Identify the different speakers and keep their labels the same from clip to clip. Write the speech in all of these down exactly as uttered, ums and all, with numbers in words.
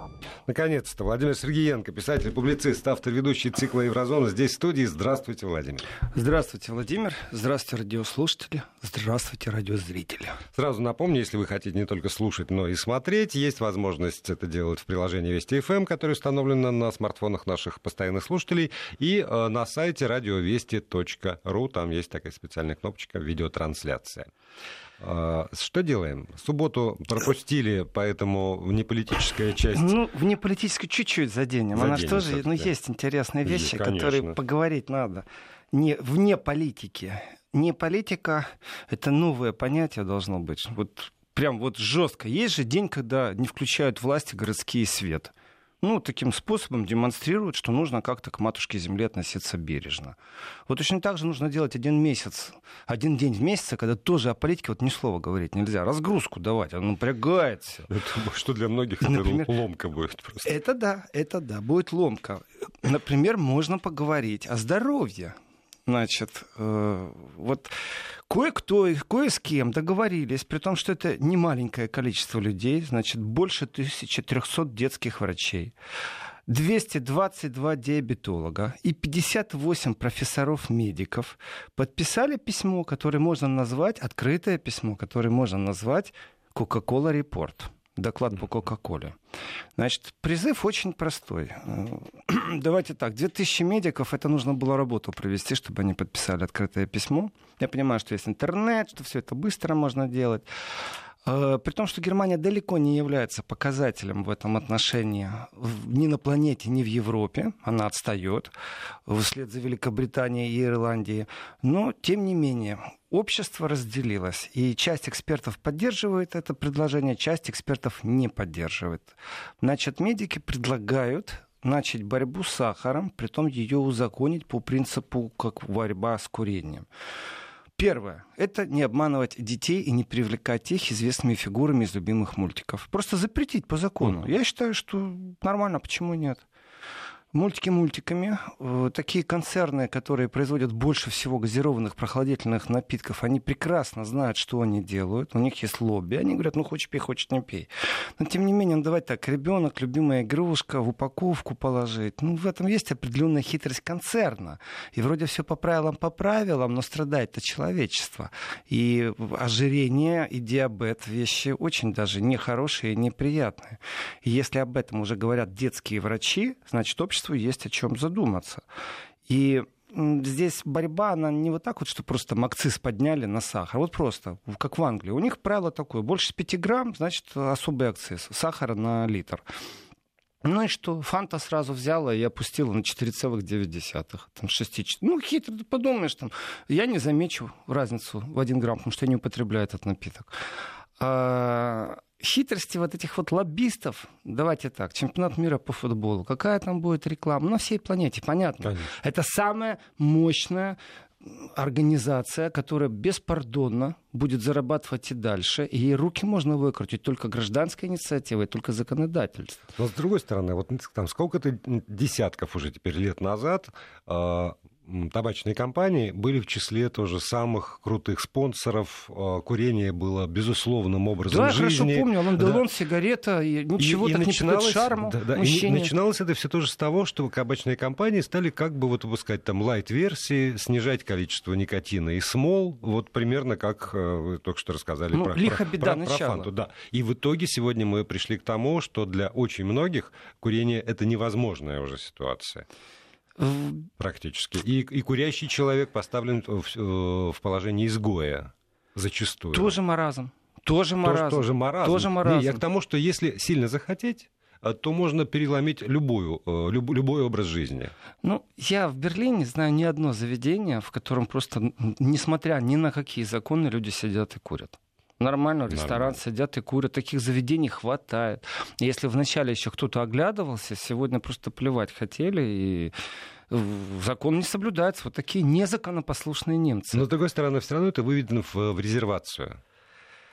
Speaker 1: Наконец-то Владимир Сергеенко, писатель, публицист, автор, ведущий цикла «Еврозона». Здесь в студии. Здравствуйте, Владимир.
Speaker 2: Здравствуйте, Владимир. Здравствуйте, радиослушатели. Здравствуйте, радиозрители.
Speaker 1: Сразу напомню, если вы хотите не только слушать, но и смотреть, есть возможность это делать в приложении Вести эф эм, которое установлено на смартфонах наших постоянных слушателей, и э, на сайте радиовести точка ру. Там есть такая специальная кнопочка «Видеотрансляция». Что делаем? Субботу пропустили, поэтому внеполитическая часть...
Speaker 2: Ну, внеполитическую чуть-чуть заденем. заденем Она же тоже, ну, есть интересные вещи, есть, которые поговорить надо. Не, вне политики. Не политика — это новое понятие должно быть. Вот прям вот жестко. Есть же день, когда не включают власти городские свет. Ну, таким способом демонстрируют, что нужно как-то к матушке-земле относиться бережно. Вот точно так же нужно делать один месяц, один день в месяц, когда тоже о политике вот ни слова говорить нельзя. Разгрузку давать, она напрягается.
Speaker 1: Это, что для многих Например, это ломка будет просто.
Speaker 2: Это да, это да, будет ломка. Например, можно поговорить о здоровье. Значит, э, вот кое-кто, кое с кем договорились, при том, что это не маленькое количество людей, значит, больше тысячи трехсот детских врачей, двести двадцать два диабетолога и пятьдесят восемь профессоров-медиков подписали письмо, которое можно назвать, открытое письмо, которое можно назвать «Кока-кола Репорт». Доклад по Кока-Коле. Значит, призыв очень простой. Давайте так, две тысячи медиков, это нужно было работу провести, чтобы они подписали открытое письмо. Я понимаю, что есть интернет, что все это быстро можно делать. При том, что Германия далеко не является показателем в этом отношении ни на планете, ни в Европе. Она отстает вслед за Великобританией и Ирландией. Но, тем не менее, общество разделилось. И часть экспертов поддерживает это предложение, часть экспертов не поддерживает. Значит, медики предлагают начать борьбу с сахаром, притом ее узаконить по принципу, как борьба с курением. Первое — это не обманывать детей и не привлекать их известными фигурами из любимых мультиков. Просто запретить по закону. Я считаю, что нормально, почему нет? Мультики мультиками. Такие концерны, которые производят больше всего газированных прохладительных напитков, они прекрасно знают, что они делают. У них есть лобби. Они говорят, ну, хочешь пей, хочешь не пей. Но, тем не менее, ну, давайте так, ребенок, любимая игрушка, в упаковку положить. Ну, в этом есть определенная хитрость концерна. И вроде все по правилам, по правилам, но страдает-то человечество. И ожирение и диабет — вещи очень даже нехорошие и неприятные. И если об этом уже говорят детские врачи, значит, общество есть о чем задуматься. И здесь борьба, она не вот так вот, что просто акциз подняли на сахар. Вот просто, как в Англии. У них правило такое: больше пяти грамм, значит, особый акциз сахара на литр. Ну и что? Фанта сразу взяла и опустила на четыре целых девять десятых. Там шесть. Ну, хитро, ты подумаешь, там, я не замечу разницу в один грамм, потому что я не употребляю этот напиток. А хитрости вот этих вот лоббистов, давайте так, чемпионат мира по футболу, какая там будет реклама? На всей планете, понятно. Конечно. Это самая мощная организация, которая беспардонно будет зарабатывать и дальше, и ей руки можно выкрутить только гражданской инициативой, только законодательством.
Speaker 1: Но с другой стороны, вот там сколько-то десятков уже теперь лет назад э, табачные компании были в числе тоже самых крутых спонсоров. Э, курение было безусловным образом
Speaker 2: да,
Speaker 1: жизни.
Speaker 2: Да, я хорошо помню, Лондон,
Speaker 1: да.
Speaker 2: сигарета, и ничего
Speaker 1: и,
Speaker 2: так
Speaker 1: и
Speaker 2: не придает шарму.
Speaker 1: Да, да, и начиналось это все тоже с того, что табачные компании стали как бы вот выпускать там лайт-версии, снижать количество никотина и смол, вот примерно как вы только что рассказали
Speaker 2: ну,
Speaker 1: про,
Speaker 2: лихо
Speaker 1: про,
Speaker 2: беда
Speaker 1: про, про фанту. Да. И в итоге сегодня мы пришли к тому, что для очень многих курение — это невозможная уже ситуация. Практически. И, и курящий человек поставлен в, в положение изгоя зачастую.
Speaker 2: Тоже маразм. Тоже маразм.
Speaker 1: Тоже, тоже маразм.
Speaker 2: Тоже маразм.
Speaker 1: Не, я к тому, что если сильно захотеть, то можно переломить любую, люб, любой образ жизни.
Speaker 2: Ну, я в Берлине знаю не одно заведение, в котором просто, несмотря ни на какие законы, люди сидят и курят. Нормально, ресторан Нормально. Сидят и курят. Таких заведений хватает. Если вначале еще кто-то оглядывался, сегодня просто плевать хотели, и закон не соблюдается. Вот такие незаконопослушные немцы.
Speaker 1: Но, с другой стороны, все равно это выведено в, в резервацию.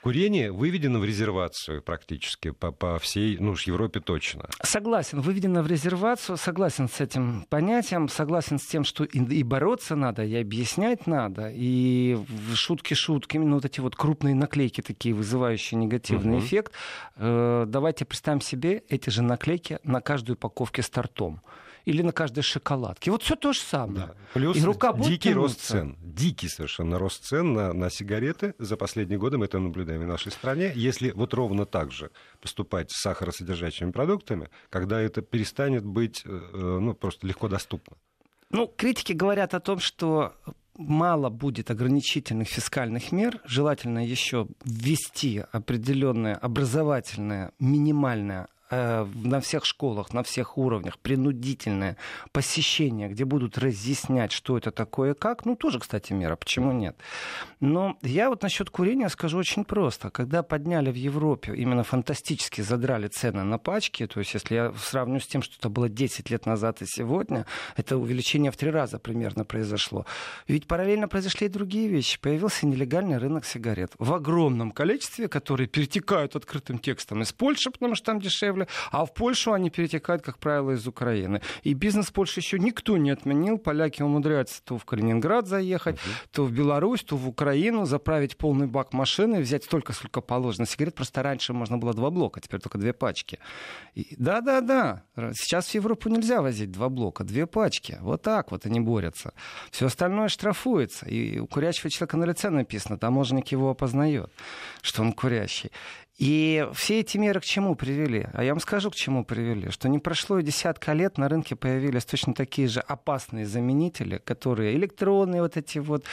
Speaker 1: Курение выведено в резервацию практически по, по всей, ну уж Европе точно.
Speaker 2: Согласен, выведено в резервацию, согласен с этим понятием, согласен с тем, что и, и бороться надо, и объяснять надо, и шутки шутками, ну вот эти вот крупные наклейки такие, вызывающие негативный угу. эффект. Э, давайте представим себе эти же наклейки на каждой упаковке с тортом. Или на каждой шоколадке. Вот все то же самое.
Speaker 1: Да. Плюс
Speaker 2: и рука будет
Speaker 1: дикий
Speaker 2: тянуться.
Speaker 1: рост цен. Дикий совершенно рост цен на, на сигареты. За последние годы мы это наблюдаем и в нашей стране. Если вот ровно так же поступать с сахаросодержащими продуктами, когда это перестанет быть ну, просто легко доступно.
Speaker 2: Ну, критики говорят о том, что мало будет ограничительных фискальных мер. Желательно еще ввести определенное образовательное, минимальное на всех школах, на всех уровнях принудительное посещение, где будут разъяснять, что это такое и как. Ну, тоже, кстати, мера, почему нет? Но я вот насчет курения скажу очень просто. Когда подняли в Европе, именно фантастически задрали цены на пачки, то есть если я сравню с тем, что это было десять лет назад и сегодня, это увеличение в три раза примерно произошло. Ведь параллельно произошли и другие вещи. Появился нелегальный рынок сигарет в огромном количестве, которые перетекают открытым текстом из Польши, потому что там дешевле, а в Польшу они перетекают, как правило, из Украины. И бизнес в Польше еще никто не отменил. Поляки умудряются то в Калининград заехать, uh-huh. то в Беларусь, то в Украину, заправить полный бак машины, взять столько, сколько положено сигарет. Просто раньше можно было два блока, теперь только две пачки. И да-да-да, сейчас в Европу нельзя возить два блока, две пачки. Вот так вот они борются. Все остальное штрафуется. И у курящего человека на лице написано, таможенник его опознает, что он курящий. И все эти меры к чему привели? А я вам скажу, к чему привели. Что не прошло и десятка лет, на рынке появились точно такие же опасные заменители, которые электронные вот эти вот,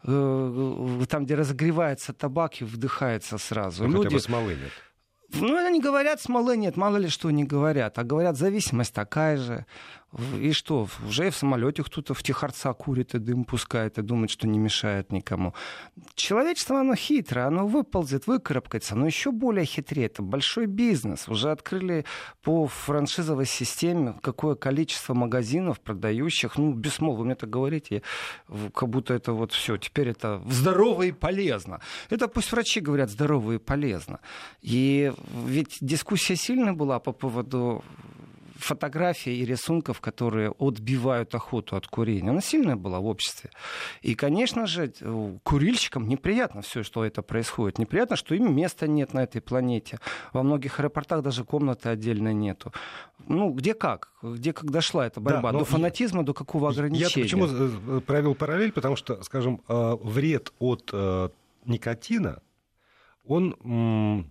Speaker 2: э, там, где разогревается табак и вдыхается сразу.
Speaker 1: Ну,
Speaker 2: Люди...
Speaker 1: хотя бы смолы нет.
Speaker 2: Ну, они говорят, смолы нет, мало ли что не говорят. А говорят, зависимость такая же. И что, уже в самолете кто-то в тихорца курит и дым пускает, и думает, что не мешает никому. Человечество, оно хитрое, оно выползет, выкарабкается, но еще более хитрее. Это большой бизнес. Уже открыли по франшизовой системе какое количество магазинов, продающих, ну, без смол, вы мне так говорите, как будто это вот все, теперь это здорово и полезно. Это пусть врачи говорят здорово и полезно. И ведь дискуссия сильная была по поводу фотографий и рисунков, которые отбивают охоту от курения. Она сильная была в обществе. И, конечно же, курильщикам неприятно все, что это происходит. Неприятно, что им места нет на этой планете. Во многих аэропортах даже комнаты отдельной нету. Ну, где как? Где как дошла эта борьба? Да, до фанатизма, я, до какого ограничения?
Speaker 1: Я почему провел параллель? Потому что, скажем, вред от никотина, он...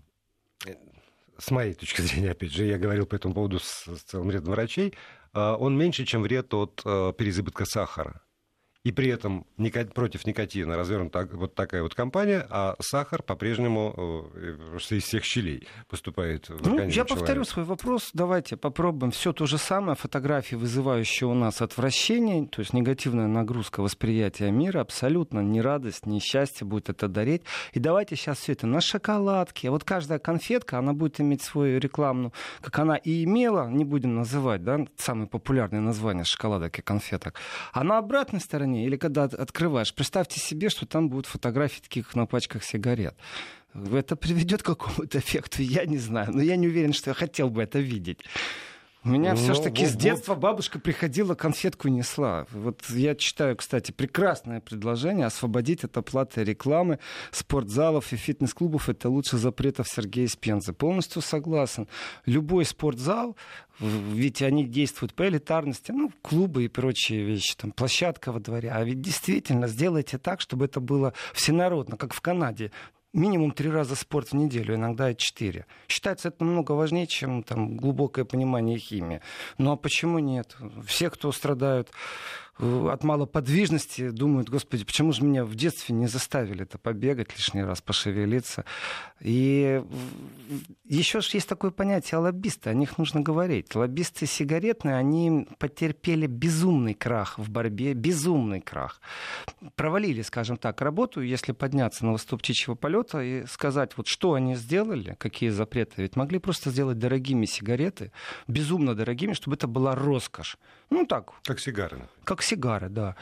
Speaker 1: С моей точки зрения, опять же, я говорил по этому поводу с, с целым рядом врачей, он меньше, чем вред от переизбытка сахара. И при этом против никотина развернута вот такая вот кампания, а сахар по-прежнему из всех щелей поступает в организм.
Speaker 2: Ну, я повторю человека. Свой вопрос. Давайте попробуем все то же самое. Фотографии, вызывающие у нас отвращение, то есть негативная нагрузка восприятия мира, абсолютно ни радость, ни счастье будет это дарить. И давайте сейчас все это на шоколадке. Вот каждая конфетка, она будет иметь свою рекламную, как она и имела, не будем называть, да, самые популярные названия шоколадок и конфеток. А на обратной стороне или когда открываешь, представьте себе, что там будут фотографии таких, как на пачках сигарет. Это приведет к какому-то эффекту, я не знаю. Но я не уверен, что я хотел бы это видеть. У меня ну, все-таки вот, с детства вот. Бабушка приходила, конфетку несла. Вот я читаю, кстати, прекрасное предложение освободить от оплаты рекламы спортзалов и фитнес-клубов. Это лучше запретов Сергея Спензы. Полностью согласен. Любой спортзал, ведь они действуют по элитарности, ну, клубы и прочие вещи, там, площадка во дворе. А ведь действительно сделайте так, чтобы это было всенародно, как в Канаде. Минимум три раза спорт в неделю, иногда и четыре. Считается, это намного важнее, чем там, глубокое понимание химии. Ну а почему нет? Все, кто страдают от малоподвижности, думают, господи, почему же меня в детстве не заставили это побегать лишний раз, пошевелиться. И еще же есть такое понятие лоббисты, о них нужно говорить. Лоббисты сигаретные, они потерпели безумный крах в борьбе, безумный крах. Провалили, скажем так, работу, если подняться на выступ птичьего полета и сказать, вот что они сделали, какие запреты, ведь могли просто сделать дорогими сигареты, безумно дорогими, чтобы это была роскошь. Ну так.
Speaker 1: Как сигары.
Speaker 2: Как сигары, да.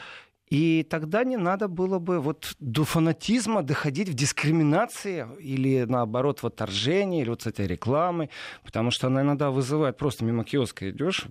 Speaker 2: И тогда не надо было бы вот до фанатизма доходить в дискриминации или, наоборот, в отторжении, или вот с этой рекламой, потому что она иногда вызывает, просто мимо киоска идешь,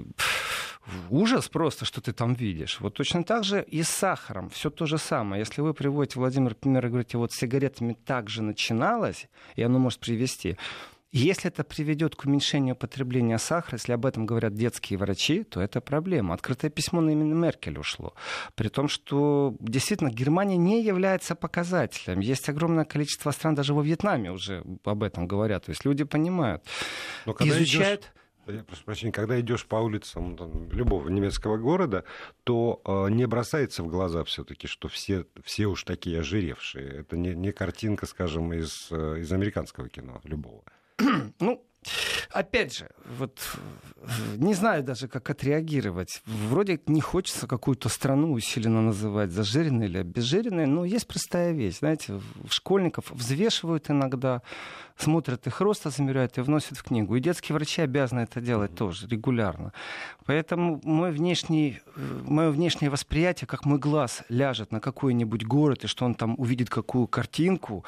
Speaker 2: ужас просто, что ты там видишь. Вот точно так же и с сахаром. Все то же самое. Если вы приводите, Владимир, пример, и говорите, вот с сигаретами так же начиналось, и оно может привести. Если это приведет к уменьшению потребления сахара, если об этом говорят детские врачи, то это проблема. Открытое письмо на имя Меркель ушло. При том, что действительно Германия не является показателем. Есть огромное количество стран, даже во Вьетнаме уже об этом говорят. То есть люди понимают, изучают...
Speaker 1: Идешь... Я прошу прощения, когда идешь по улицам там, любого немецкого города, то э, не бросается в глаза все-таки, что все, все уж такие ожиревшие. Это не, не картинка, скажем, из, из американского кино любого.
Speaker 2: Ну, опять же, вот не знаю даже, как отреагировать. Вроде не хочется какую-то страну усиленно называть зажиренной или обезжиренной, но есть простая вещь. Знаете, школьников взвешивают иногда, смотрят их рост, замеряют и вносят в книгу. И детские врачи обязаны это делать тоже регулярно. Поэтому мой внешний, мое внешнее восприятие, как мой глаз ляжет на какой-нибудь город, и что он там увидит какую картинку,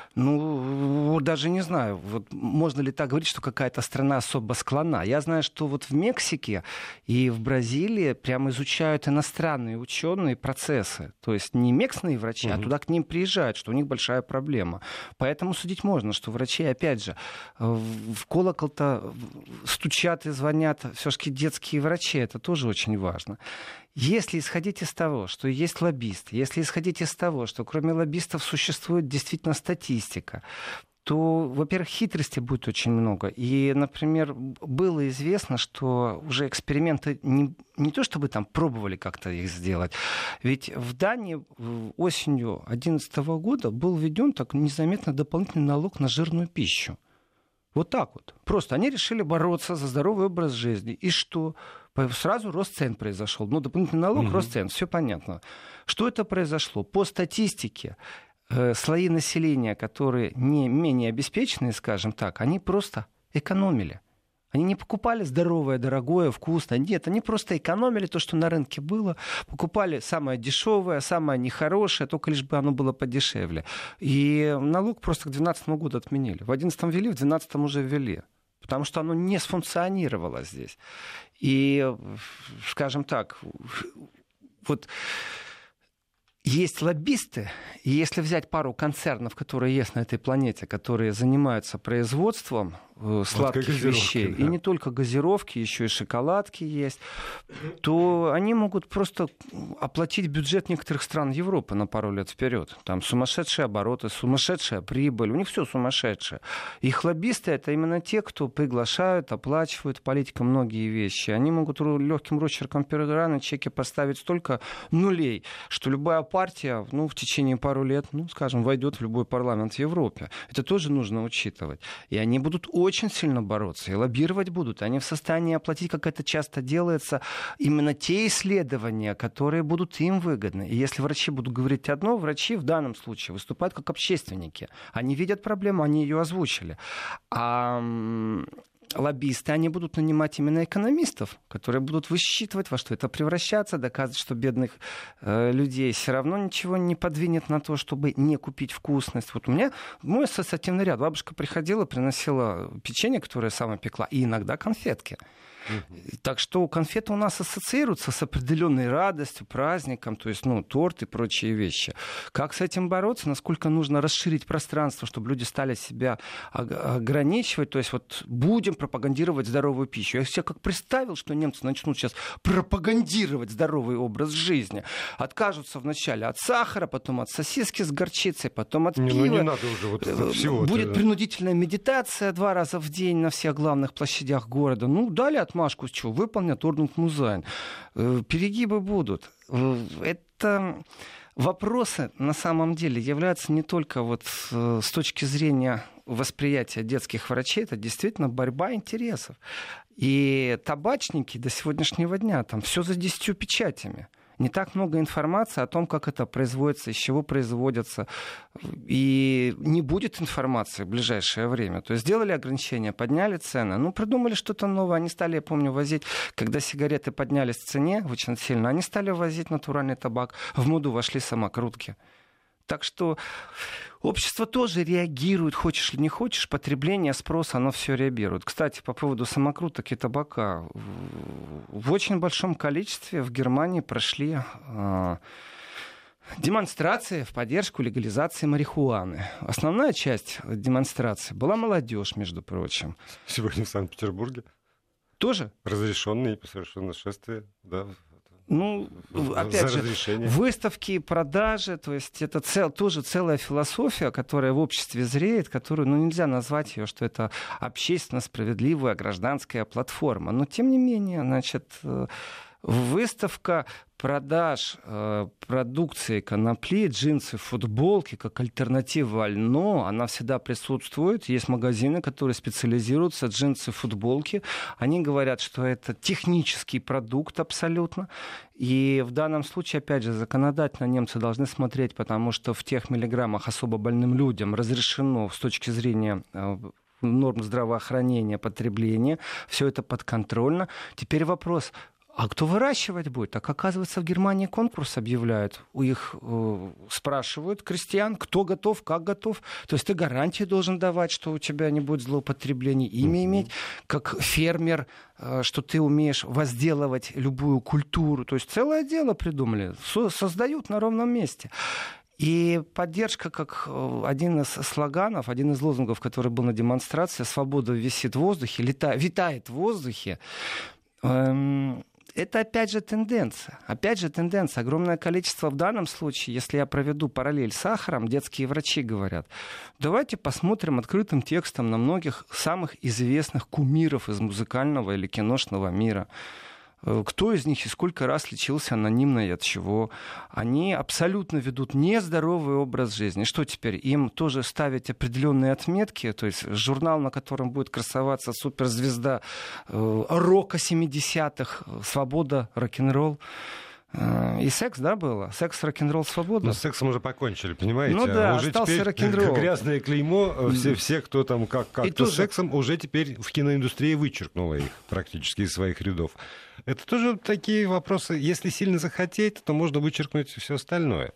Speaker 2: ну, даже не знаю, вот можно ли так говорить, что какая-то страна особо склонна. Я знаю, что вот в Мексике и в Бразилии прямо изучают иностранные ученые процессы. То есть не местные врачи, mm-hmm. а туда к ним приезжают, что у них большая проблема. Поэтому судить можно, что врачи, опять же, в колокол-то стучат и звонят все-таки детские врачи. Это тоже очень важно. Если исходить из того, что есть лоббисты, если исходить из того, что кроме лоббистов существует действительно статистика, то, во-первых, хитрости будет очень много. И, например, было известно, что уже эксперименты не, не то чтобы там пробовали как-то их сделать, ведь в Дании осенью две тысячи одиннадцатого года был введен так незаметно дополнительный налог на жирную пищу. Вот так вот. Просто они решили бороться за здоровый образ жизни. И что? Сразу рост цен произошел. Ну, дополнительный налог, угу. рост цен, все понятно. Что это произошло? По статистике, э, слои населения, которые не менее обеспеченные, скажем так, они просто экономили. Они не покупали здоровое, дорогое, вкусное. Нет, они просто экономили то, что на рынке было. Покупали самое дешевое, самое нехорошее, только лишь бы оно было подешевле. И налог просто к две тысячи двенадцатому году отменили. В две тысячи одиннадцатом ввели, в две тысячи двенадцатом уже ввели. Потому что оно не сфункционировало здесь. И, скажем так, вот... Есть лоббисты, и если взять пару концернов, которые есть на этой планете, которые занимаются производством э, сладких вот вещей, да. И не только газировки, еще и шоколадки есть, то они могут просто оплатить бюджет некоторых стран Европы на пару лет вперед. Там сумасшедшие обороты, сумасшедшая прибыль, у них все сумасшедшее. Их лоббисты — это именно те, кто приглашают, оплачивают политикам многие вещи. Они могут легким росчерком пера на чеке поставить столько нулей, что любая партия, ну, в течение пару лет, ну, скажем, войдет в любой парламент в Европе. Это тоже нужно учитывать. И они будут очень сильно бороться, и лоббировать будут. Они в состоянии оплатить, как это часто делается, именно те исследования, которые будут им выгодны. И если врачи будут говорить одно, врачи в данном случае выступают как общественники. Они видят проблему, они ее озвучили. А лоббисты, они будут нанимать именно экономистов, которые будут высчитывать, во что это превращаться, доказывать, что бедных э, людей все равно ничего не подвинет на то, чтобы не купить вкусность. Вот у меня мой ассоциативный ряд. Бабушка приходила, приносила печенье, которое сама пекла, и иногда конфетки. Mm-hmm. Так что конфеты у нас ассоциируются с определенной радостью, праздником, то есть, ну, торт и прочие вещи. Как с этим бороться? Насколько нужно расширить пространство, чтобы люди стали себя ограничивать? То есть, вот будем пропагандировать здоровую пищу. Я себе как представил, что немцы начнут сейчас пропагандировать здоровый образ жизни. Откажутся вначале от сахара, потом от сосиски с горчицей, потом от
Speaker 1: не,
Speaker 2: пива.
Speaker 1: Ну, не надо уже вот этого всего.
Speaker 2: Будет
Speaker 1: да.
Speaker 2: принудительная медитация два раза в день на всех главных площадях города. Ну, дали отмашку, с чего? Выполнят Орднунг Музайн. Перегибы будут. Это вопросы на самом деле являются не только вот с точки зрения восприятия детских врачей, это действительно борьба интересов. И табачники до сегодняшнего дня, там все за десятью печатями. не так много информации о том, как это производится, из чего производится. И не будет информации в ближайшее время. То есть сделали ограничения, подняли цены, ну, придумали что-то новое. Они стали, я помню, возить, когда сигареты поднялись в цене очень сильно, они стали возить натуральный табак. В моду вошли самокрутки. Так что общество тоже реагирует, хочешь или не хочешь, потребление, спрос, оно все реагирует. Кстати, по поводу самокруток и табака. В очень большом количестве в Германии прошли э, демонстрации в поддержку легализации марихуаны. Основная часть демонстрации была молодежь, между прочим.
Speaker 1: Сегодня в Санкт-Петербурге.
Speaker 2: Тоже?
Speaker 1: Разрешенные совершенно шествия, да.
Speaker 2: Ну, опять же, выставки, продажи, то есть это цел, тоже целая философия, которая в обществе зреет, которую, ну, нельзя назвать ее, что это общественно справедливая гражданская платформа. Но, тем не менее, значит, выставка продаж э, продукции конопли, джинсы, футболки, как альтернатива ально, она всегда присутствует. Есть магазины, которые специализируются, джинсы, футболки. Они говорят, что это технический продукт абсолютно. И в данном случае, опять же, законодательно немцы должны смотреть, потому что в тех миллиграммах особо больным людям разрешено с точки зрения э, норм здравоохранения, потребления. Все это подконтрольно. Теперь вопрос... А кто выращивать будет? Так, оказывается, в Германии конкурс объявляют. У их э, спрашивают крестьян, кто готов, как готов. То есть ты гарантии должен давать, что у тебя не будет злоупотреблений. Имя mm-hmm. иметь, как фермер, э, что ты умеешь возделывать любую культуру. То есть целое дело придумали. Со- создают на ровном месте. И поддержка, как один из слоганов, один из лозунгов, который был на демонстрации, «Свобода висит в воздухе», лета- витает в воздухе. Эм- Это опять же тенденция. Опять же тенденция. Огромное количество в данном случае, если я проведу параллель с сахаром, детские врачи говорят, давайте посмотрим открытым текстом на многих самых известных кумиров из музыкального или киношного мира. Кто из них и сколько раз лечился анонимно и от чего. Они абсолютно ведут нездоровый образ жизни. Что теперь? Им тоже ставить определенные отметки, то есть журнал, на котором будет красоваться суперзвезда э, рока семидесятых, свобода, рок-н-ролл. И секс, да, было? Секс, рок-н-ролл, свобода.
Speaker 1: Но с сексом уже покончили, понимаете?
Speaker 2: Ну да,
Speaker 1: уже
Speaker 2: остался
Speaker 1: теперь
Speaker 2: рок-н-ролл.
Speaker 1: Грязное клеймо, все, все кто там как, как-то
Speaker 2: тоже...
Speaker 1: с сексом, уже теперь в киноиндустрии вычеркнула их практически из своих рядов. Это тоже такие вопросы. Если сильно захотеть, то можно вычеркнуть все остальное.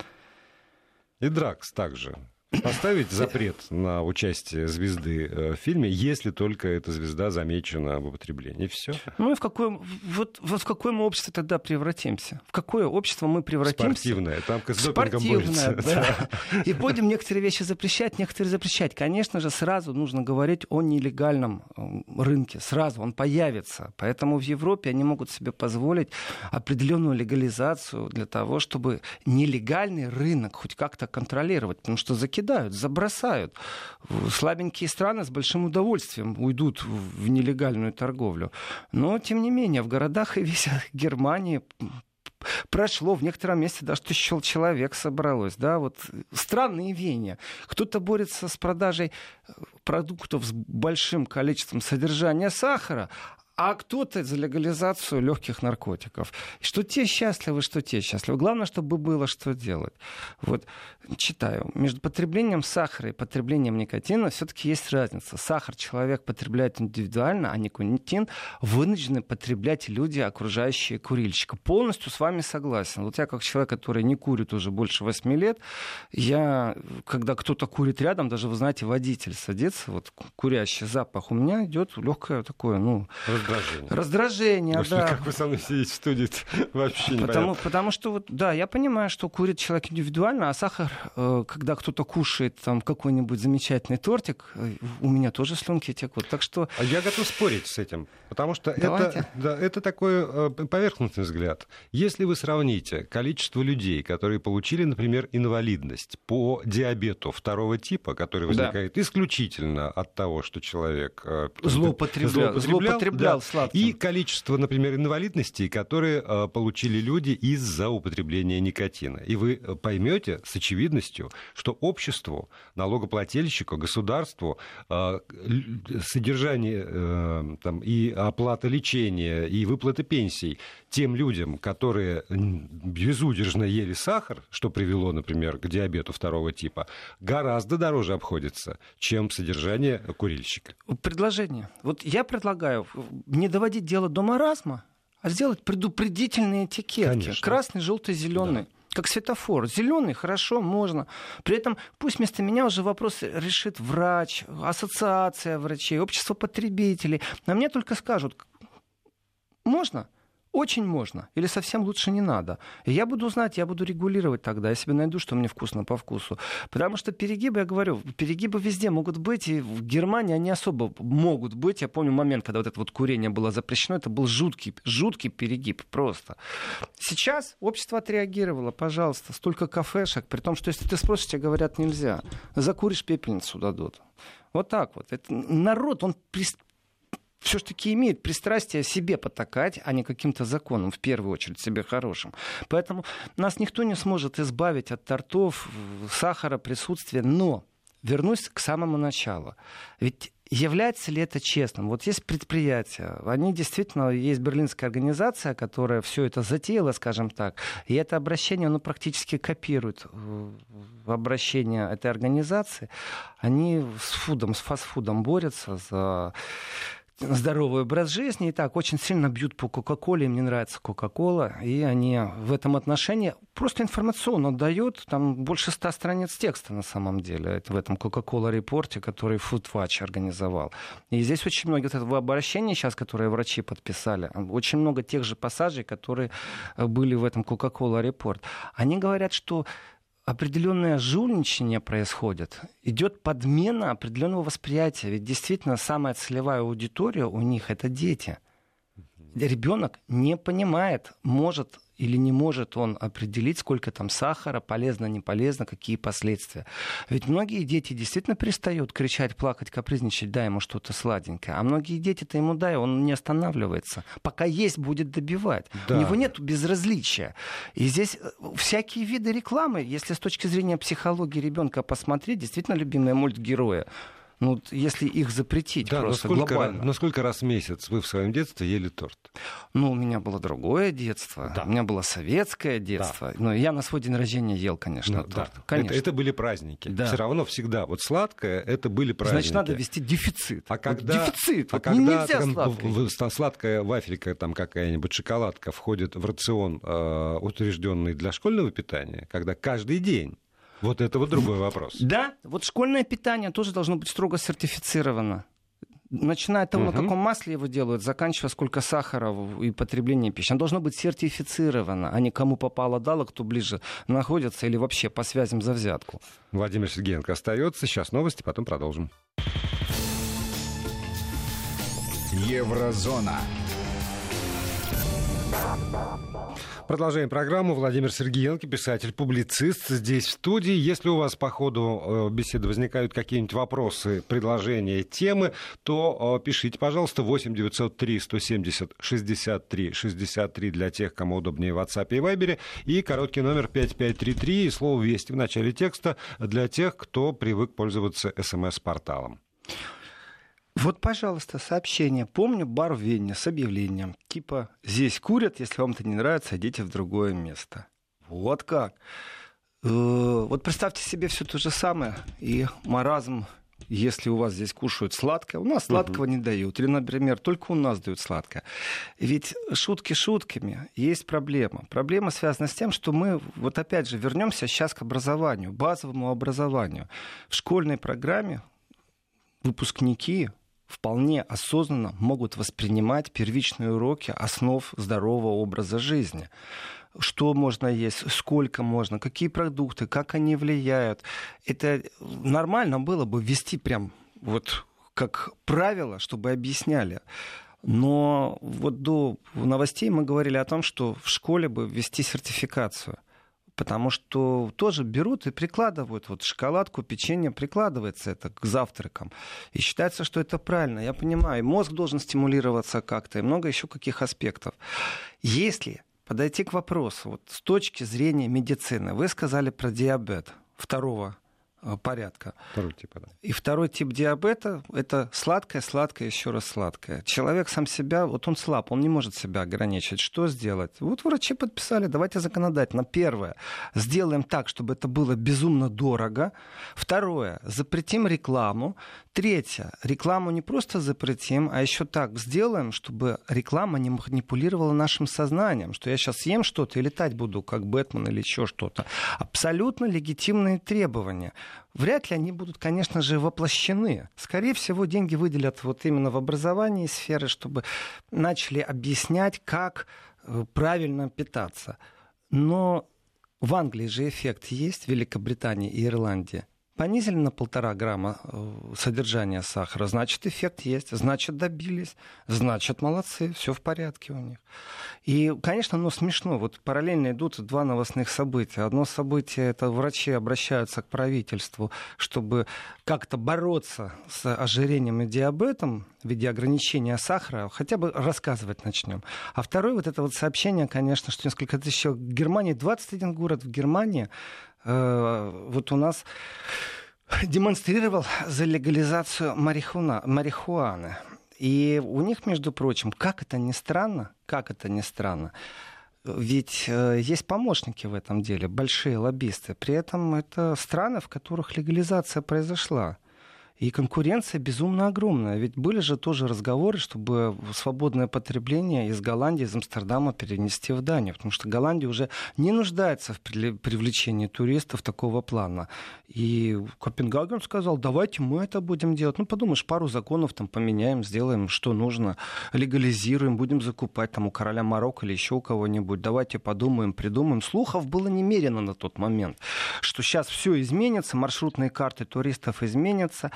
Speaker 1: И дракс также. Поставить запрет на участие звезды в фильме, если только эта звезда замечена в употреблении. И все.
Speaker 2: Ну и в какое, вот, вот в какое мы общество тогда превратимся? В какое общество мы превратимся?
Speaker 1: Спортивное. Там с допингом борются.
Speaker 2: Да. И будем некоторые вещи запрещать, некоторые запрещать. Конечно же, сразу нужно говорить о нелегальном рынке. Сразу он появится. Поэтому в Европе они могут себе позволить определенную легализацию для того, чтобы нелегальный рынок хоть как-то контролировать. Потому что закидывать кидают, забросают. Слабенькие страны с большим удовольствием уйдут в нелегальную торговлю. Но, тем не менее, в городах и весь Германии прошло, в некотором месте даже тысяча человек собралось. Да? Вот странные веяния. Кто-то борется с продажей продуктов с большим количеством содержания сахара, а кто-то за легализацию легких наркотиков. Что те счастливы, что те счастливы. Главное, чтобы было что делать. Вот, читаю. Между потреблением сахара и потреблением никотина все-таки есть разница. Сахар человек потребляет индивидуально, а никотин вынуждены потреблять люди, окружающие курильщика. Полностью с вами согласен. Вот я как человек, который не курит уже больше восьми лет, я, когда кто-то курит рядом, даже, вы знаете, водитель садится, вот курящий запах, у меня идет легкое такое, ну...
Speaker 1: Раздражение.
Speaker 2: Раздражение,
Speaker 1: Может,
Speaker 2: да.
Speaker 1: Как вы со мной сидите в студии, вообще не
Speaker 2: потому, потому что, вот, да, я понимаю, что курит человек индивидуально, а сахар, э, когда кто-то кушает там какой-нибудь замечательный тортик, э, у меня тоже слюнки текут. Так что...
Speaker 1: А я готов спорить с этим, потому что это, да, это такой э, поверхностный взгляд. Если вы сравните количество людей, которые получили, например, инвалидность по диабету второго типа, который возникает да. исключительно от того, что человек э,
Speaker 2: злоупотреблял, злоупотреблял,
Speaker 1: да,
Speaker 2: считал сладким.
Speaker 1: И количество, например, инвалидностей, которые э, получили люди из-за употребления никотина. И вы поймете с очевидностью, что обществу, налогоплательщику, государству э, содержание э, там, и оплата лечения, и выплаты пенсий тем людям, которые безудержно ели сахар, что привело, например, к диабету второго типа, гораздо дороже обходится, чем содержание курильщика.
Speaker 2: Предложение. Вот я предлагаю не доводить дело до маразма, а сделать предупредительные этикетки.
Speaker 1: Конечно.
Speaker 2: Красный, желтый, зеленый. Да. Как светофор. Зеленый, хорошо, можно. При этом пусть вместо меня уже вопрос решит врач, ассоциация врачей, общество потребителей. А мне только скажут, можно? Очень можно. Или совсем лучше не надо. И я буду знать, я буду регулировать тогда. Я себе найду, что мне вкусно по вкусу. Потому что перегибы, я говорю, перегибы везде могут быть. И в Германии они особо могут быть. Я помню момент, когда вот это вот курение было запрещено. Это был жуткий, жуткий перегиб просто. Сейчас общество отреагировало. Пожалуйста, столько кафешек. При том, что если ты спросишь, тебе говорят, нельзя. Закуришь, пепельницу дадут. Вот так вот. Это народ, он все-таки имеет пристрастие себе потакать, а не каким-то законам, в первую очередь, себе хорошим. Поэтому нас никто не сможет избавить от тортов, сахара, присутствия. Но вернусь к самому началу. Ведь является ли это честным? Вот есть предприятия, они действительно, есть берлинская организация, которая все это затеяла, скажем так, и это обращение, оно практически копирует обращение этой организации. Они с фудом, с фастфудом борются за здоровый образ жизни, и так очень сильно бьют по Кока-Коле, им не нравится Кока-Кола, и они в этом отношении просто информационно дают, там больше ста страниц текста на самом деле, это в этом Кока-Кола-репорте, который Foodwatch организовал. И здесь очень много этого обращения сейчас, которые врачи подписали, очень много тех же пассажей, которые были в этом Кока-Кола-репорт. Они говорят, что определенное жульничание происходит, идет подмена определенного восприятия. Ведь действительно самая целевая аудитория у них — это дети. Ребенок не понимает, может или не может он определить, сколько там сахара, полезно, не полезно, какие последствия. Ведь многие дети действительно перестают кричать, плакать, капризничать, дай ему что-то сладенькое. А многие дети-то ему дай, он не останавливается. Пока есть, будет добивать. Да. У него нет безразличия. И здесь всякие виды рекламы, если с точки зрения психологии ребенка посмотреть, действительно любимые мультгерои, ну, если их запретить
Speaker 1: да,
Speaker 2: просто
Speaker 1: насколько,
Speaker 2: глобально.
Speaker 1: На сколько раз в месяц вы в своем детстве ели торт?
Speaker 2: Ну, у меня было другое детство. Да. У меня было советское детство. Да. Но я на свой день рождения ел, конечно,
Speaker 1: ну,
Speaker 2: торт.
Speaker 1: Да.
Speaker 2: Конечно.
Speaker 1: Это, это были праздники. Да. Все равно всегда. Вот сладкое, это были праздники.
Speaker 2: Значит, надо вести дефицит.
Speaker 1: А когда,
Speaker 2: вот дефицит.
Speaker 1: А
Speaker 2: вот
Speaker 1: когда
Speaker 2: нельзя
Speaker 1: там,
Speaker 2: сладкое.
Speaker 1: Сладкая вафелька, там какая-нибудь шоколадка входит в рацион, э, утвержденный для школьного питания, когда каждый день. Вот это вот другой вопрос.
Speaker 2: Да, вот школьное питание тоже должно быть строго сертифицировано. Начиная от того, uh-huh. на каком масле его делают, заканчивая сколько сахара и потребления пищи. Оно должно быть сертифицировано, а не кому попало дало, кто ближе находится или вообще по связям за взятку.
Speaker 1: Владимир Сергеенко остается. Сейчас новости, потом продолжим.
Speaker 3: Еврозона.
Speaker 1: Продолжаем программу. Владимир Сергеенко, писатель, публицист, здесь в студии. Если у вас по ходу беседы возникают какие-нибудь вопросы, предложения, темы, то пишите, пожалуйста, восемь девятьсот три сто семьдесят шестьдесят три шестьдесят три для тех, кому удобнее в WhatsApp и Viber, и короткий номер пять пять три три и слово «Вести» в начале текста для тех, кто привык пользоваться СМС-порталом.
Speaker 2: Вот, пожалуйста, сообщение. Помню бар в Вене с объявлением. Типа, здесь курят, если вам это не нравится, идите в другое место. Вот как. Вот представьте себе все то же самое. И маразм, если у вас здесь кушают сладкое, у нас сладкого uh-huh. не дают. Или, например, только у нас дают сладкое. Ведь шутки шутками, есть проблема. Проблема связана с тем, что мы, вот опять же, вернемся сейчас к образованию, базовому образованию. В школьной программе выпускники вполне осознанно могут воспринимать первичные уроки основ здорового образа жизни. Что можно есть, сколько можно, какие продукты, как они влияют. Это нормально было бы ввести прям вот как правило, чтобы объясняли. Но вот до новостей мы говорили о том, что в школе бы ввести сертификацию. Потому что тоже берут и прикладывают. Вот шоколадку, печенье прикладывается это к завтракам. И считается, что это правильно. Я понимаю, мозг должен стимулироваться как-то, и много еще каких аспектов. Если подойти к вопросу, вот с точки зрения медицины, вы сказали про диабет второго порядка.
Speaker 1: Второй тип, да.
Speaker 2: И второй тип диабета — это сладкое, сладкое, еще раз сладкое. Человек сам себя, вот он слаб, он не может себя ограничить. Что сделать? Вот врачи подписали, давайте законодательно. Первое, сделаем так, чтобы это было безумно дорого. Второе, запретим рекламу. Третье, рекламу не просто запретим, а еще так сделаем, чтобы реклама не манипулировала нашим сознанием, что я сейчас съем что-то и летать буду, как Бэтмен или еще что-то. Абсолютно легитимные требования. Вряд ли они будут, конечно же, воплощены. Скорее всего, деньги выделят вот именно в образовании сферы, чтобы начали объяснять, как правильно питаться. Но в Англии же эффект есть, в Великобритании и Ирландии. Понизили на полтора грамма содержания сахара, значит, эффект есть, значит, добились, значит, молодцы, все в порядке у них. И, конечно, ну, смешно, вот параллельно идут два новостных события. Одно событие — это врачи обращаются к правительству, чтобы как-то бороться с ожирением и диабетом в виде ограничения сахара, хотя бы рассказывать начнем. А второе, вот это вот сообщение, конечно, что несколько тысяч человек в Германии, двадцать один город в Германии, вот у нас демонстрировал за легализацию марихуана, марихуаны. И у них, между прочим, как это ни странно, как это ни странно, ведь есть помощники в этом деле, большие лоббисты. При этом это страны, в которых легализация произошла. И конкуренция безумно огромная. Ведь были же тоже разговоры, чтобы свободное потребление из Голландии, из Амстердама перенести в Данию. Потому что Голландия уже не нуждается в привлечении туристов такого плана. И Копенгаген сказал, давайте мы это будем делать. Ну, подумаешь, пару законов там поменяем, сделаем, что нужно. Легализируем, будем закупать там у короля Марокко или еще у кого-нибудь. Давайте подумаем, придумаем. Слухов было немерено на тот момент, что сейчас все изменится, маршрутные карты туристов изменятся.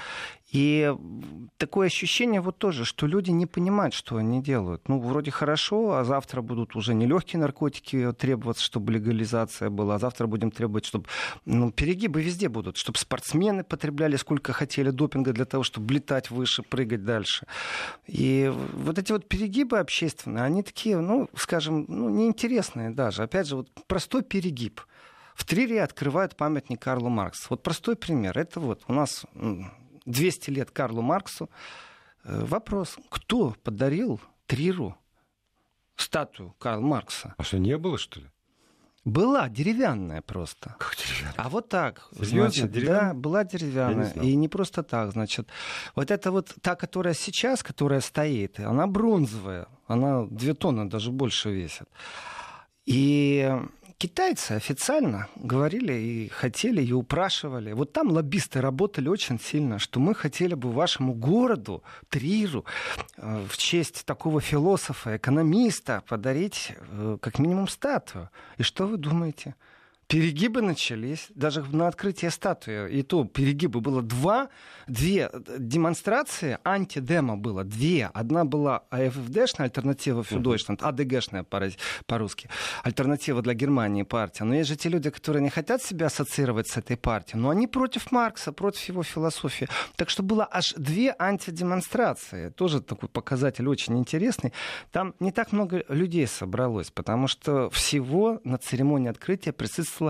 Speaker 2: И такое ощущение вот тоже, что люди не понимают, что они делают. Ну, вроде хорошо, а завтра будут уже не легкие наркотики требоваться, чтобы легализация была, а завтра будем требовать, чтобы... Ну, перегибы везде будут, чтобы спортсмены потребляли сколько хотели допинга для того, чтобы летать выше, прыгать дальше. И вот эти вот перегибы общественные, они такие, ну, скажем, ну, неинтересные даже. Опять же, вот простой перегиб. В Трире открывают памятник Карлу Марксу. Вот простой пример. Это вот у нас... двести лет Карлу Марксу. Вопрос, кто подарил Триру статую Карла Маркса?
Speaker 1: А что, не было, что ли?
Speaker 2: Была деревянная просто.
Speaker 1: Как деревянная?
Speaker 2: А вот так.
Speaker 1: Серьезно,
Speaker 2: Значит,
Speaker 1: деревянная?
Speaker 2: Да, была деревянная.
Speaker 1: Не
Speaker 2: и не просто так, значит. Вот это вот та, которая сейчас, которая стоит, она бронзовая. Она две тонны даже больше весит. И... китайцы официально говорили и хотели, и упрашивали. Вот там лоббисты работали очень сильно, что мы хотели бы вашему городу, Триру, в честь такого философа, экономиста подарить как минимум статую. И что вы думаете? Перегибы начались, даже на открытие статуи. И то перегибы было два, две демонстрации, антидемо было две. Одна была АФДшная, альтернатива für Deutschland, АДГшная по-русски, альтернатива для Германии партия. Но есть же те люди, которые не хотят себя ассоциировать с этой партией, но они против Маркса, против его философии. Так что было аж две антидемонстрации. Тоже такой показатель очень интересный. Там не так много людей собралось, потому что всего на церемонии открытия присутствовало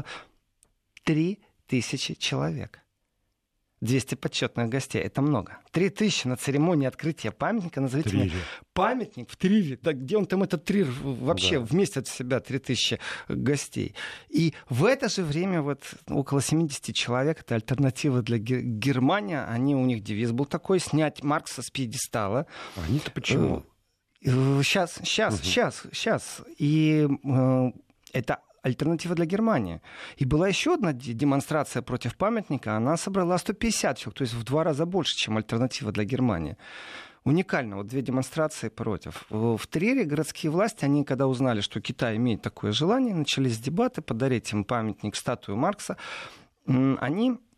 Speaker 2: три тысячи человек. двести почетных гостей. Это много. Три тысячи на церемонии открытия памятника. Назовите
Speaker 1: Трире.
Speaker 2: мне памятник в Трире. Да, где он там, этот Трир, вообще
Speaker 1: да.
Speaker 2: вместит в себя три тысячи гостей. И в это же время вот около семьдесят человек, это альтернатива для Гер- Германии. Они, у них девиз был такой: снять Маркса с пьедестала.
Speaker 1: Они-то почему?
Speaker 2: Сейчас, сейчас, угу. сейчас, сейчас. И э, это альтернатива для Германии. И была еще одна демонстрация против памятника. Она собрала сто пятьдесят человек, то есть в два раза больше, чем альтернатива для Германии. Уникально. Вот две демонстрации против. В Трире городские власти, они когда узнали, что Китай имеет такое желание, начались дебаты, подарить им памятник, статую Маркса. Они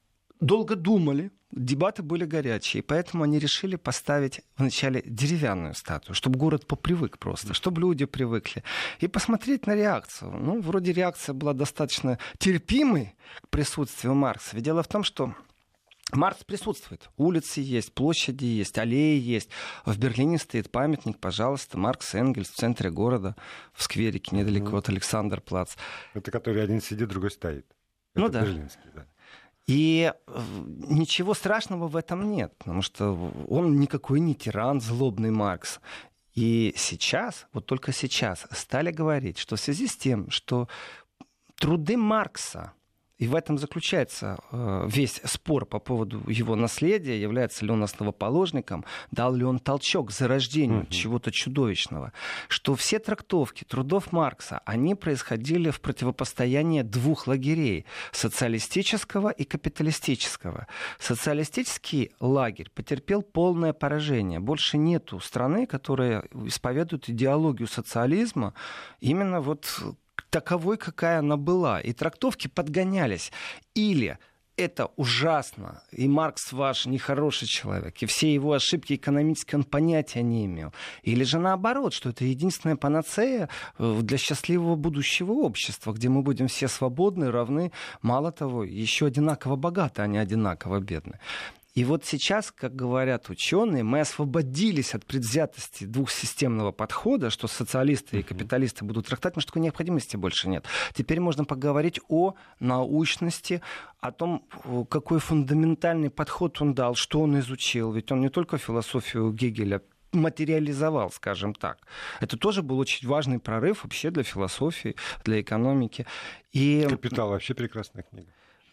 Speaker 2: долго думали, дебаты были горячие, поэтому они решили поставить вначале деревянную статую, чтобы город попривык просто, чтобы люди привыкли. И посмотреть на реакцию. Ну, вроде реакция была достаточно терпимой к присутствию Маркса. Ведь дело в том, что Маркс присутствует. Улицы есть, площади есть, аллеи есть. В Берлине стоит памятник, пожалуйста, Маркс и Энгельс в центре города, в скверике недалеко mm-hmm. от Александр-плац.
Speaker 1: Это который один сидит, другой стоит. Это
Speaker 2: ну да.
Speaker 1: Берлинский, да.
Speaker 2: И ничего страшного в этом нет, потому что он никакой не тиран, злобный Маркс. И сейчас, вот только сейчас, стали говорить, что в связи с тем, что труды Маркса, и в этом заключается э, весь спор по поводу его наследия, является ли он основоположником, дал ли он толчок к зарождению mm-hmm. чего-то чудовищного, что все трактовки трудов Маркса, они происходили в противопостоянии двух лагерей, социалистического и капиталистического. Социалистический лагерь потерпел полное поражение. Больше нету страны, которая исповедует идеологию социализма именно вот таковой, какая она была. И трактовки подгонялись. Или это ужасно, и Маркс ваш нехороший человек, и все его ошибки экономические он понятия не имел. Или же наоборот, что это единственная панацея для счастливого будущего общества, где мы будем все свободны, равны, мало того, еще одинаково богаты, а не одинаково бедны. И вот сейчас, как говорят ученые, мы освободились от предвзятости двухсистемного подхода, что социалисты и капиталисты будут трактовать, потому что такой необходимости больше нет. Теперь можно поговорить о научности, о том, какой фундаментальный подход он дал, что он изучил. Ведь он не только философию Гегеля материализовал, скажем так. Это тоже был очень важный прорыв вообще для философии, для экономики. И...
Speaker 1: «Капитал» вообще прекрасная книга.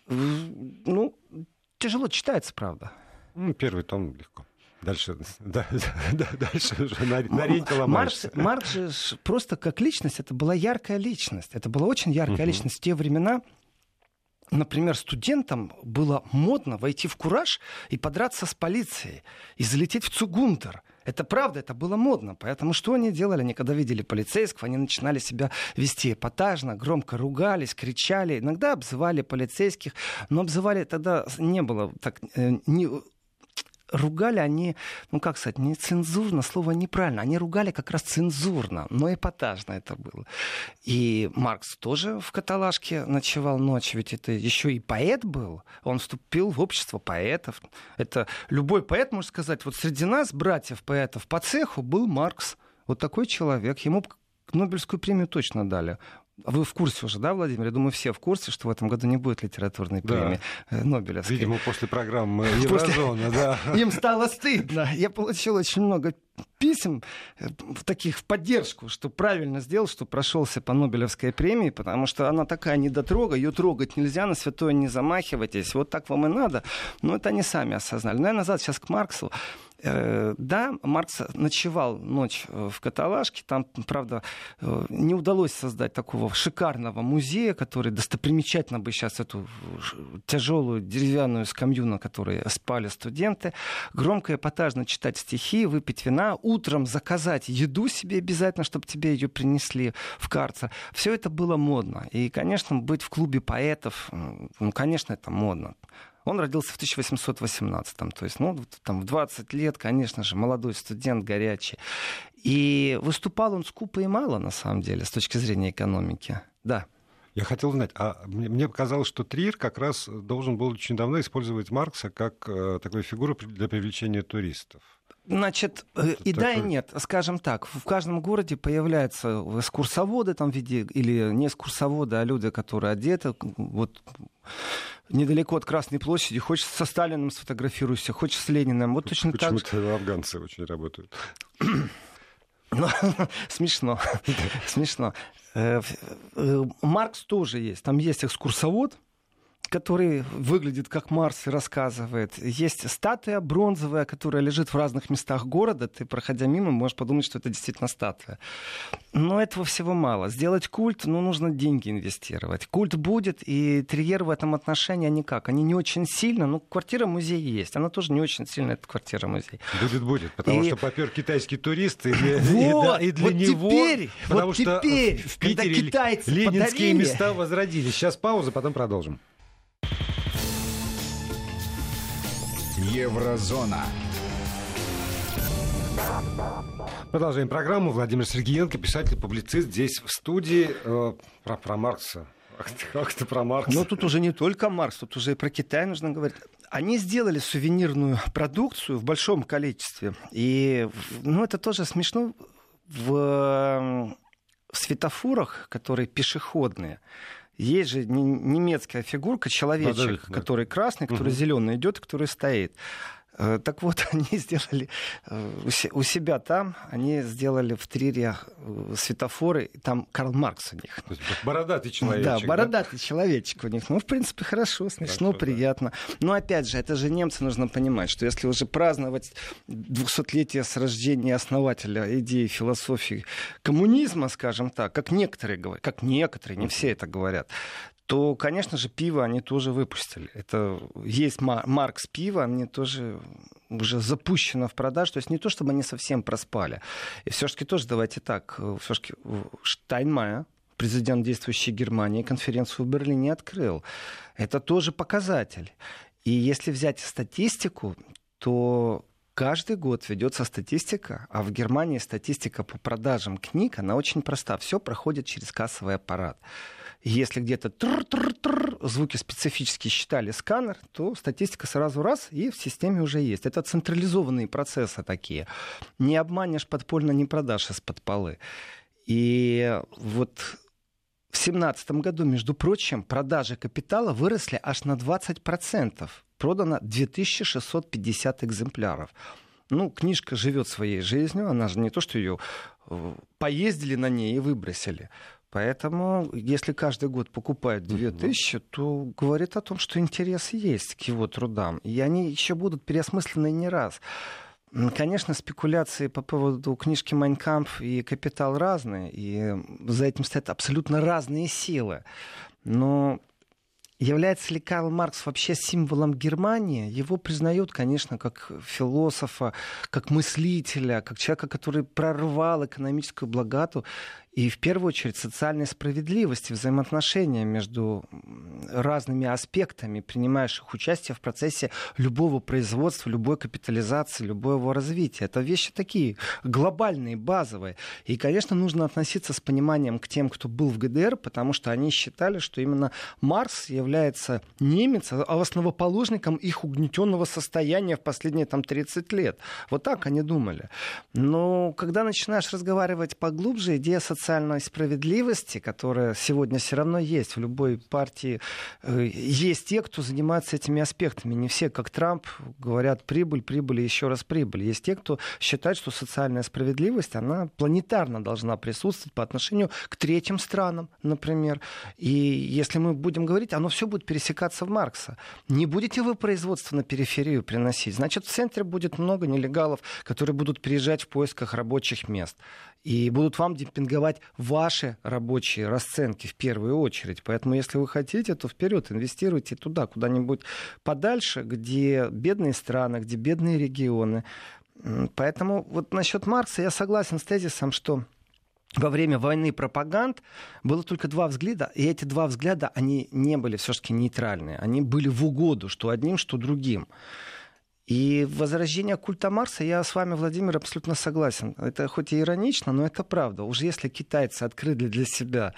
Speaker 2: Ну... Тяжело читается, правда.
Speaker 1: Ну, первый том легко. Дальше, да, да, дальше уже на, на реньке ломаешься.
Speaker 2: Маркс, Маркс же просто как личность, это была яркая личность. Это была очень яркая uh-huh. личность. В те времена, например, студентам было модно войти в кураж и подраться с полицией, и залететь в Цугундер. Это правда, это было модно. Поэтому что они делали? Они, когда видели полицейского, они начинали себя вести эпатажно, громко ругались, кричали. Иногда обзывали полицейских, но обзывали тогда не было так... Э, не... Ругали они, ну как сказать, не цензурно, слово неправильно. Они ругали как раз цензурно, но эпатажно это было. И Маркс тоже в каталажке ночевал ночью, ведь это еще и поэт был. Он вступил в общество поэтов. Это любой поэт, может сказать, вот среди нас, братьев-поэтов по цеху, был Маркс. Вот такой человек. Ему Нобелевскую премию точно дали. Вы в курсе уже, да, Владимир? Я думаю, все в курсе, что в этом году не будет литературной премии да. Нобелевской.
Speaker 1: Видимо, после программы Еврозона, да.
Speaker 2: Им стало стыдно. Я получил очень много писем таких в поддержку, что правильно сделал, что прошелся по Нобелевской премии, потому что она такая недотрога, ее трогать нельзя, на святое не замахивайтесь. Вот так вам и надо. Но это они сами осознали. Но я назад сейчас к Марксу. Да, Маркс ночевал ночь в каталажке. Там, правда, не удалось создать такого шикарного музея, который достопримечательно бы сейчас эту тяжелую деревянную скамью, на которой спали студенты, громко и эпатажно читать стихи, выпить вина, утром заказать еду себе обязательно, чтобы тебе ее принесли в карцер. Все это было модно. И, конечно, быть в клубе поэтов, ну, конечно, это модно. Он родился в тысяча восемьсот восемнадцатом, то есть, ну, там, в двадцать лет, конечно же, молодой студент, горячий. И выступал он скупо и мало, на самом деле, с точки зрения экономики. Да.
Speaker 1: Я хотел знать, а мне, мне показалось, что Триер как раз должен был очень давно использовать Маркса как э, такую фигуру для привлечения туристов.
Speaker 2: Значит, это и такой... да, и нет. Скажем так, в каждом городе появляются экскурсоводы там в виде, или не экскурсоводы, а люди, которые одеты, вот недалеко от Красной площади, хочешь со Сталиным сфотографируйся, хочешь с Лениным. Вот точно так же.
Speaker 1: Почему-то афганцы очень работают.
Speaker 2: Смешно. Смешно. Маркс тоже есть. Там есть экскурсовод, который выглядит как Маркс и рассказывает. Есть статуя бронзовая, которая лежит в разных местах города. Ты, проходя мимо, можешь подумать, что это действительно статуя. Но этого всего мало. Сделать культ, ну, нужно деньги инвестировать. Культ будет, и Триер в этом отношении никак. Они не очень сильно, ну, квартира-музей есть. Она тоже не очень сильно, эта квартира-музей.
Speaker 1: Будет, будет, потому и... что попер китайский турист, и для,
Speaker 2: вот,
Speaker 1: и, и для
Speaker 2: вот
Speaker 1: него...
Speaker 2: Теперь,
Speaker 1: потому
Speaker 2: вот
Speaker 1: что
Speaker 2: теперь,
Speaker 1: в Питере ленинские
Speaker 2: подарили...
Speaker 1: места возродились. Сейчас пауза, потом продолжим.
Speaker 3: Еврозона.
Speaker 1: Продолжаем программу. Владимир Сергеенко, писатель, публицист, здесь в студии. Э, про, про Маркса. Как ты про Маркса?
Speaker 2: Но тут уже не только Маркс, тут уже и про Китай нужно говорить. Они сделали сувенирную продукцию в большом количестве. И ну, это тоже смешно. В, в светофорах, которые пешеходные, есть же немецкая фигурка, человечек, да, да, который да. красный, который угу. зеленый идет, который стоит. Так вот, они сделали у себя там, они сделали в Трире светофоры, и там Карл Маркс у них.
Speaker 1: То есть бородатый человечек.
Speaker 2: Да, бородатый да? человечек у них. Ну, в принципе, хорошо, смешно, хорошо, приятно. Да. Но, опять же, это же немцы, нужно понимать, что если уже праздновать двухсотлетие с рождения основателя идеи философии коммунизма, скажем так, как некоторые говорят, как некоторые, не все это говорят, то, конечно же, пиво они тоже выпустили. Это есть Маркс пиво, они тоже уже запущено в продажу. То есть не то, чтобы они совсем проспали. И все-таки тоже, давайте так, все-таки Штайнмайер, президент действующей Германии, конференцию в Берлине открыл. Это тоже показатель. И если взять статистику, то каждый год ведется статистика, а в Германии статистика по продажам книг, она очень проста. Все проходит через кассовый аппарат. Если где-то тр-тр-тр, звуки специфически считали сканер, то статистика сразу раз и в системе уже есть. Это централизованные процессы такие. Не обманешь подпольно, не продашь из-под полы. И вот в две тысячи семнадцатом году, между прочим, продажи капитала выросли аж на двадцать процентов. Продано две тысячи шестьсот пятьдесят экземпляров. Ну, книжка живет своей жизнью, она же не то, что ее поездили на ней и выбросили. Поэтому, если каждый год покупают две тысячи, uh-huh. то говорит о том, что интерес есть к его трудам. И они еще будут переосмыслены не раз. Конечно, спекуляции по поводу книжки «Майн кампф» и «Капитал» разные, и за этим стоят абсолютно разные силы. Но является ли Карл Маркс вообще символом Германии? Его признают, конечно, как философа, как мыслителя, как человека, который прорвал экономическую благодать и, в первую очередь, социальной справедливости, взаимоотношения между разными аспектами, принимающих участие в процессе любого производства, любой капитализации, любого развития. Это вещи такие глобальные, базовые. И, конечно, нужно относиться с пониманием к тем, кто был в ГДР, потому что они считали, что именно Маркс является немец, а основоположником их угнетенного состояния в последние там, тридцать лет. Вот так они думали. Но когда начинаешь разговаривать поглубже, идея социальной социальной справедливости, которая сегодня все равно есть в любой партии, есть те, кто занимается этими аспектами. Не все, как Трамп, говорят прибыль, прибыль и еще раз прибыль. Есть те, кто считает, что социальная справедливость, она планетарно должна присутствовать по отношению к третьим странам, например. И если мы будем говорить, оно все будет пересекаться в Маркса. Не будете вы производство на периферию приносить, значит, в центре будет много нелегалов, которые будут приезжать в поисках рабочих мест. И будут вам демпинговать ваши рабочие расценки в первую очередь. Поэтому, если вы хотите, то вперед инвестируйте туда, куда-нибудь подальше, где бедные страны, где бедные регионы. Поэтому вот насчет Маркса я согласен с тезисом, что во время войны пропаганд было только два взгляда, и эти два взгляда, они не были все-таки нейтральные. Они были в угоду что одним, что другим. И возрождение культа Маркса, я с вами, Владимир, абсолютно согласен. Это хоть и иронично, но это правда. Уже если китайцы открыли для себя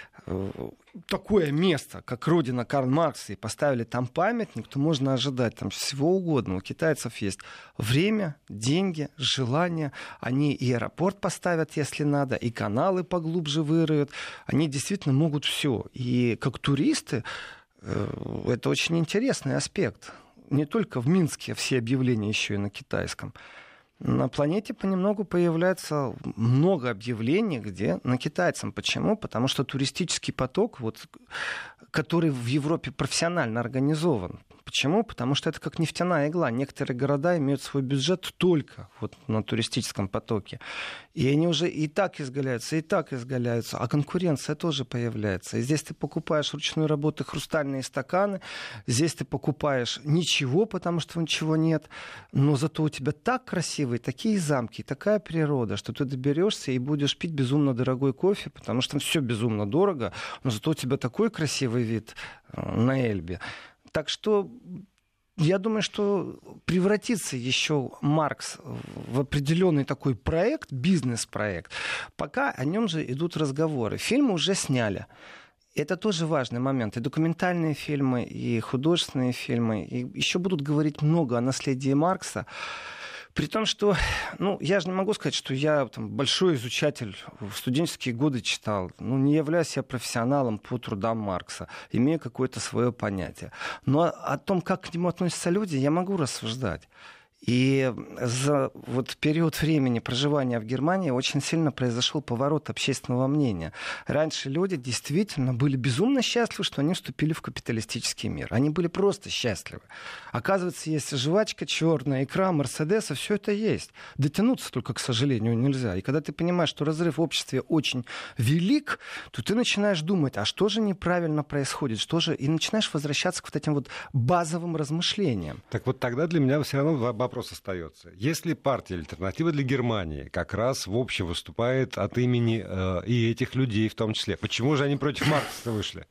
Speaker 2: такое место, как родина Карла Маркса, и поставили там памятник, то можно ожидать там всего угодно. У китайцев есть время, деньги, желание. Они и аэропорт поставят, если надо, и каналы поглубже выроют. Они действительно могут все. И как туристы это очень интересный аспект. Не только в Минске все объявления, еще и на китайском. На планете понемногу появляется много объявлений, где на китайском. Почему? Потому что туристический поток, вот, который в Европе профессионально организован. Почему? Потому что это как нефтяная игла. Некоторые города имеют свой бюджет только вот на туристическом потоке. И они уже и так изгаляются, и так изгаляются. А конкуренция тоже появляется. И здесь ты покупаешь ручной работы хрустальные стаканы, здесь ты покупаешь ничего, потому что ничего нет. Но зато у тебя так красивые такие замки, такая природа, что ты доберешься и будешь пить безумно дорогой кофе, потому что все безумно дорого, но зато у тебя такой красивый вид на Эльбе. Так что Я думаю, что превратится еще Маркс в определенный такой проект, бизнес-проект. Пока о нем же идут разговоры. Фильмы уже сняли. Это тоже важный момент. И документальные фильмы, и художественные фильмы. И еще будут говорить много о наследии Маркса. При том, что, ну, я же не могу сказать, что я там, большой изучатель, в студенческие годы читал. Ну, не являюсь я профессионалом по трудам Маркса, имею какое-то свое понятие. Но о том, как к нему относятся люди, я могу рассуждать. И за вот период времени проживания в Германии очень сильно произошел поворот общественного мнения. Раньше люди действительно были безумно счастливы, что они вступили в капиталистический мир. Они были просто счастливы. Оказывается, есть жвачка черная, икра, мерседесы, все это есть. Дотянуться только, к сожалению, нельзя. И когда ты понимаешь, что разрыв в обществе очень велик, то ты начинаешь думать, а что же неправильно происходит, что же... И начинаешь возвращаться к вот этим вот базовым размышлениям.
Speaker 1: Так вот тогда для меня все равно вопрос остается. Если партия «Альтернатива для Германии» как раз в общем выступает от имени э, и этих людей в том числе, почему же они против Маркса вышли?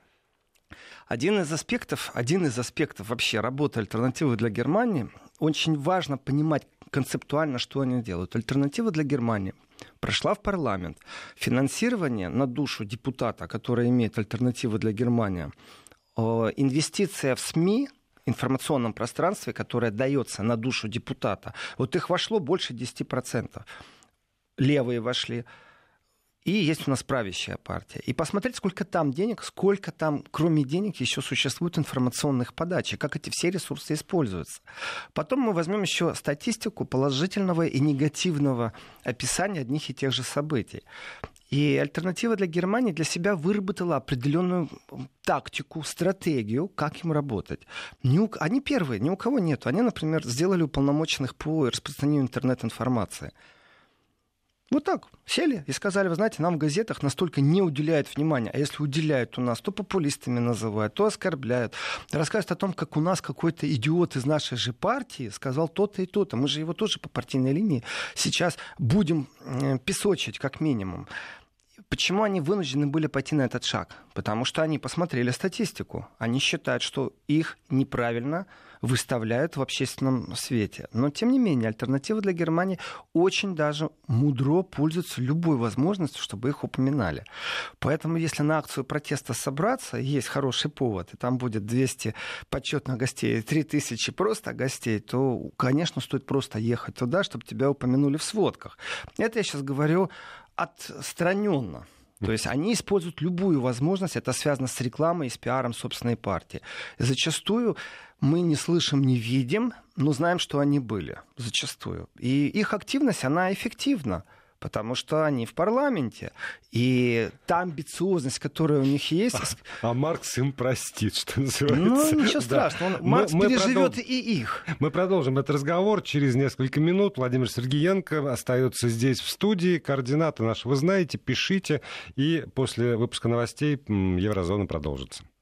Speaker 2: Один из аспектов, один из аспектов вообще работы «Альтернативы для Германии», очень важно понимать концептуально, что они делают. «Альтернатива для Германии» прошла в парламент. Финансирование на душу депутата, который имеет «Альтернативу для Германии», э, инвестиция в СМИ, информационном пространстве, которое дается на душу депутата, вот их вошло больше десять процентов. Левые вошли. И есть у нас правящая партия. И посмотреть, сколько там денег, сколько там, кроме денег, еще существует информационных подач, и как эти все ресурсы используются. Потом мы возьмем еще статистику положительного и негативного описания одних и тех же событий. И «Альтернатива для Германии» для себя выработала определенную тактику, стратегию, как им работать. Не у... Они первые, ни у кого нет. Они, например, сделали уполномоченных по распространению интернет-информации. Вот так сели и сказали, вы знаете, нам в газетах настолько не уделяют внимания, а если уделяют у нас, то популистами называют, то оскорбляют. Рассказывают о том, как у нас какой-то идиот из нашей же партии сказал то-то и то-то. Мы же его тоже по партийной линии сейчас будем песочить, как минимум. Почему они вынуждены были пойти на этот шаг? Потому что они посмотрели статистику. Они считают, что их неправильно выставляют в общественном свете. Но, тем не менее, «Альтернатива для Германии» очень даже мудро пользуется любой возможностью, чтобы их упоминали. Поэтому, если на акцию протеста собраться, есть хороший повод, и там будет двести почетных гостей, три тысячи просто гостей, то, конечно, стоит просто ехать туда, чтобы тебя упомянули в сводках. Это я сейчас говорю отстраненно. То есть они используют любую возможность, это связано с рекламой и с пиаром собственной партии. И зачастую мы не слышим, не видим, но знаем, что они были. Зачастую. И их активность, она эффективна. Потому что они в парламенте. И та амбициозность, которая у них есть...
Speaker 1: А, а Маркс им простит, что называется.
Speaker 2: Ну, ничего страшного. Да. Маркс мы, переживет мы продол... и их.
Speaker 1: Мы продолжим этот разговор через несколько минут. Владимир Сергеенко остается здесь, в студии. Координаты наши вы знаете, пишите. И после выпуска новостей Еврозона продолжится.